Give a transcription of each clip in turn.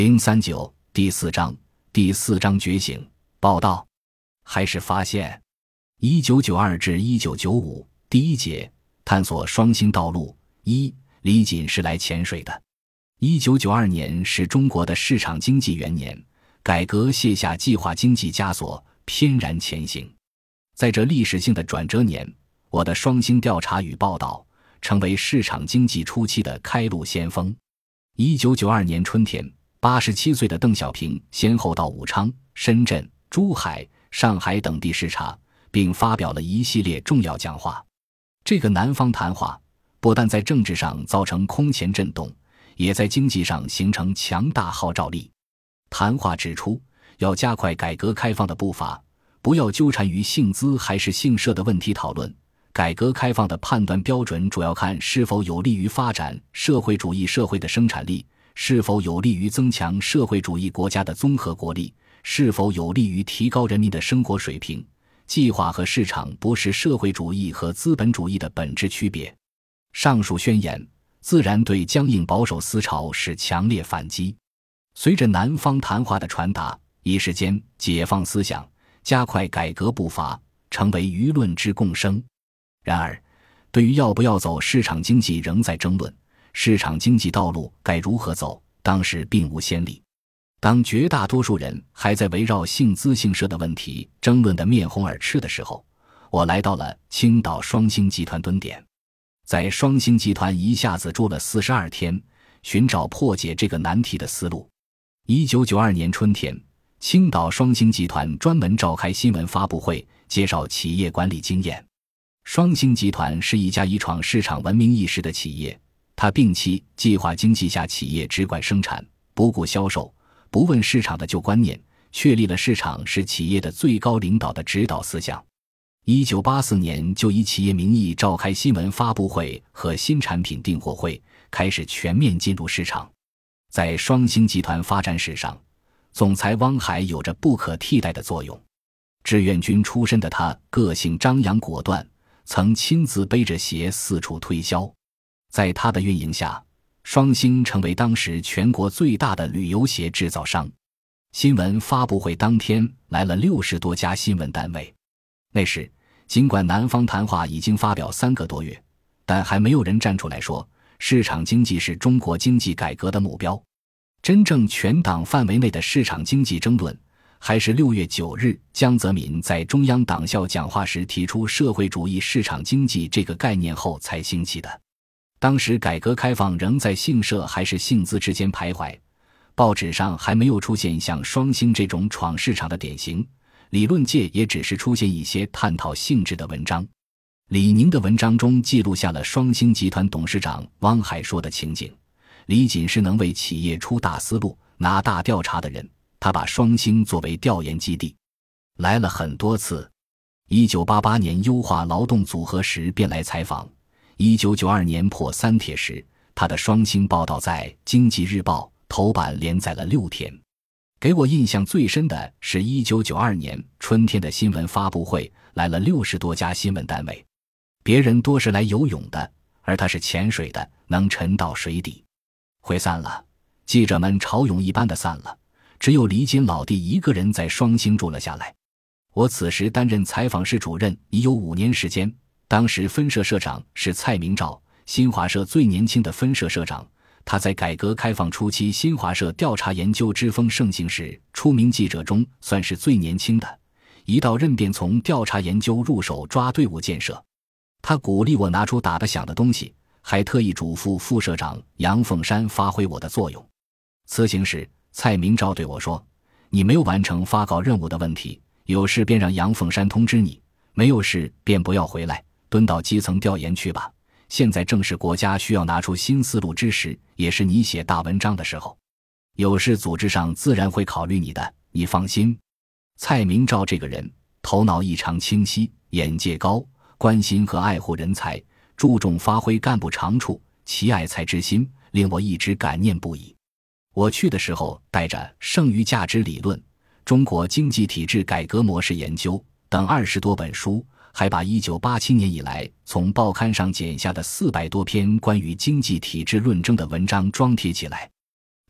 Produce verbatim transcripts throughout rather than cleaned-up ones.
零三九第四章第四章觉醒报道还是发现。一九九二至一九九五第一节探索双星道路。一李锦是来潜水的。一九九二年是中国的市场经济元年，改革卸下计划经济枷锁，翩然前行。在这历史性的转折年，我的双星调查与报道成为市场经济初期的开路先锋。一九九二年春天，八十七岁的邓小平先后到武昌、深圳、珠海、上海等地视察，并发表了一系列重要讲话。这个南方谈话不但在政治上造成空前震动，也在经济上形成强大号召力。谈话指出，要加快改革开放的步伐，不要纠缠于姓资还是姓社的问题讨论。改革开放的判断标准主要看是否有利于发展社会主义社会的生产力，是否有利于增强社会主义国家的综合国力，是否有利于提高人民的生活水平。计划和市场不是社会主义和资本主义的本质区别。上述宣言自然对僵硬保守思潮是强烈反击。随着南方谈话的传达，一时间解放思想，加快改革步伐成为舆论之共生。然而，对于要不要走市场经济仍在争论，市场经济道路该如何走，当时并无先例。当绝大多数人还在围绕姓资姓社的问题争论得面红耳赤的时候，我来到了青岛双星集团蹲点。在双星集团一下子住了四十二天，寻找破解这个难题的思路。一九九二年春天，青岛双星集团专门召开新闻发布会，介绍企业管理经验。双星集团是一家以闯市场闻名一时的企业，它摒弃计划经济下企业只管生产不顾销售不问市场的旧观念，确立了市场是企业的最高领导的指导思想。一九八四年就以企业名义召开新闻发布会和新产品订货会，开始全面进入市场。在双星集团发展史上，总裁汪海有着不可替代的作用。志愿军出身的他个性张扬果断，曾亲自背着鞋四处推销。在他的运营下，双星成为当时全国最大的旅游鞋制造商。新闻发布会当天来了六十多家新闻单位。那时，尽管南方谈话已经发表三个多月，但还没有人站出来说市场经济是中国经济改革的目标。真正全党范围内的市场经济争论，还是六月九日江泽民在中央党校讲话时提出社会主义市场经济这个概念后才兴起的。当时改革开放仍在姓社还是姓资之间徘徊，报纸上还没有出现像双星这种闯市场的典型，理论界也只是出现一些探讨性质的文章。李宁的文章中记录下了双星集团董事长汪海说的情景。李锦是能为企业出大思路拿大调查的人，他把双星作为调研基地，来了很多次。一九八八年优化劳动组合时便来采访，一九九二年破三铁时，他的双星报道在《经济日报》头版连载了六天。给我印象最深的是一九九二年春天的新闻发布会，来了六十多家新闻单位。别人多是来游泳的，而他是潜水的，能沉到水底。会散了，记者们潮涌一般的散了，只有李锦老弟一个人在双星住了下来。我此时担任采访室主任已有五年时间，当时分社社长是蔡明照，新华社最年轻的分社社长。他在改革开放初期新华社调查研究之风盛行时出名记者中算是最年轻的，一到任便从调查研究入手抓队伍建设。他鼓励我拿出打得响的东西，还特意嘱咐副社长杨凤山发挥我的作用。辞行时，蔡明照对我说，你没有完成发稿任务的问题，有事便让杨凤山通知你，没有事便不要回来，蹲到基层调研去吧。现在正是国家需要拿出新思路之时，也是你写大文章的时候。有事组织上自然会考虑你的，你放心。蔡明照这个人头脑异常清晰，眼界高，关心和爱护人才，注重发挥干部长处，其爱才之心令我一直感念不已。我去的时候带着《剩余价值理论》《中国经济体制改革模式研究》等二十多本书，还把一九八七年以来从报刊上剪下的四百多篇关于经济体制论争的文章装贴起来。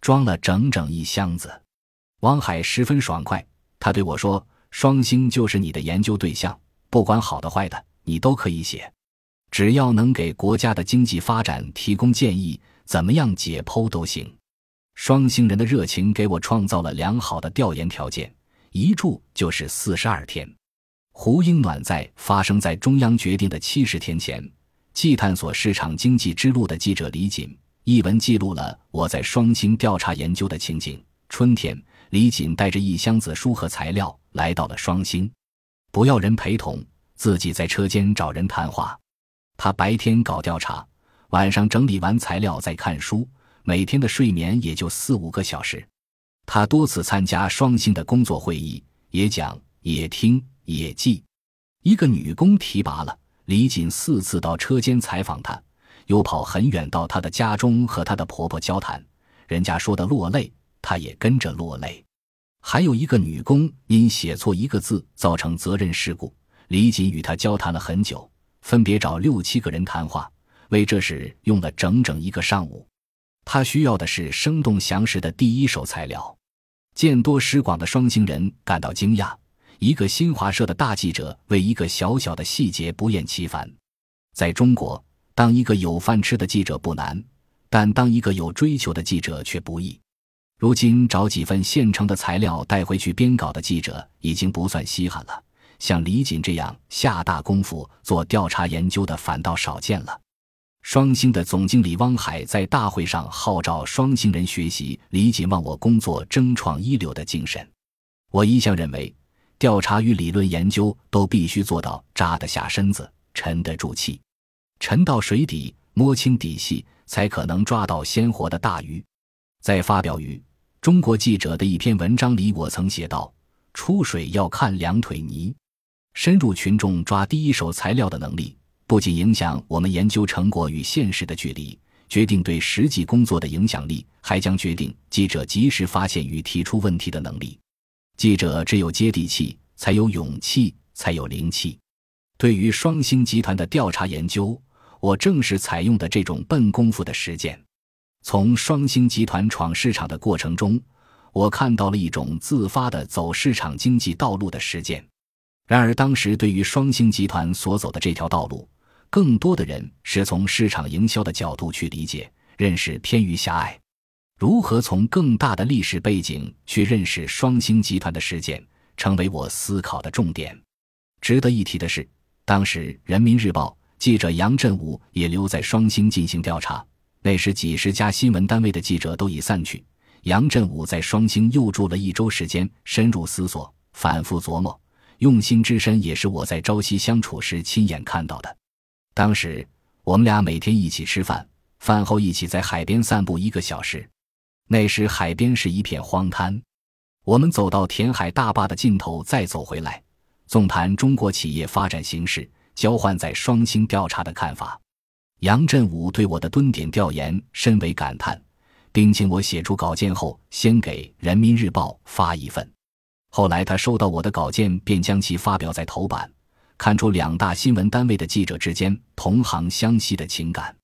装了整整一箱子。汪海十分爽快，他对我说，双星就是你的研究对象，不管好的坏的，你都可以写，只要能给国家的经济发展提供建议，怎么样解剖都行。双星人的热情给我创造了良好的调研条件，一住就是四十二天。胡应暖在发生在中央决定的七十天前，既探索市场经济之路的记者李锦一文记录了我在双星调查研究的情景。春天，李锦带着一箱子书和材料来到了双星，不要人陪同，自己在车间找人谈话。他白天搞调查，晚上整理完材料再看书，每天的睡眠也就四五个小时。他多次参加双星的工作会议，也讲也听也记。一个女工提拔了李锦，四次到车间采访她，又跑很远到她的家中和她的婆婆交谈，人家说的落泪，她也跟着落泪。还有一个女工因写错一个字造成责任事故，李锦与她交谈了很久，分别找六七个人谈话，为这事用了整整一个上午。他需要的是生动详实的第一手材料。见多识广的双星人感到惊讶，一个新华社的大记者为一个小小的细节不厌其烦。在中国，当一个有饭吃的记者不难，但当一个有追求的记者却不易。如今找几份现成的材料带回去编稿的记者已经不算稀罕了，像李锦这样下大功夫做调查研究的反倒少见了。双星的总经理汪海在大会上号召双星人学习李锦忘我工作争创一流的精神。我一向认为，调查与理论研究都必须做到扎得下身子，沉得住气，沉到水底，摸清底细，才可能抓到鲜活的大鱼。在发表于《中国记者》的一篇文章里，我曾写道，出水要看两腿泥。深入群众抓第一手材料的能力，不仅影响我们研究成果与现实的距离，决定对实际工作的影响力，还将决定记者及时发现与提出问题的能力。记者只有接地气，才有勇气，才有灵气。对于双星集团的调查研究，我正是采用的这种笨功夫的实践。从双星集团闯市场的过程中，我看到了一种自发的走市场经济道路的实践。然而当时对于双星集团所走的这条道路，更多的人是从市场营销的角度去理解，认识偏于狭隘。如何从更大的历史背景去认识双星集团的实践，成为我思考的重点。值得一提的是，当时人民日报记者杨振武也留在双星进行调查，那时几十家新闻单位的记者都已散去，杨振武在双星又住了一周时间，深入思索，反复琢磨，用心之深也是我在朝夕相处时亲眼看到的。当时我们俩每天一起吃饭，饭后一起在海边散步一个小时。那时海边是一片荒滩，我们走到填海大坝的尽头再走回来，纵谈中国企业发展形势，交换在双星调查的看法。杨振武对我的蹲点调研深为感叹，并请我写出稿件后先给人民日报发一份。后来他收到我的稿件，便将其发表在头版，看出两大新闻单位的记者之间同行相惜的情感。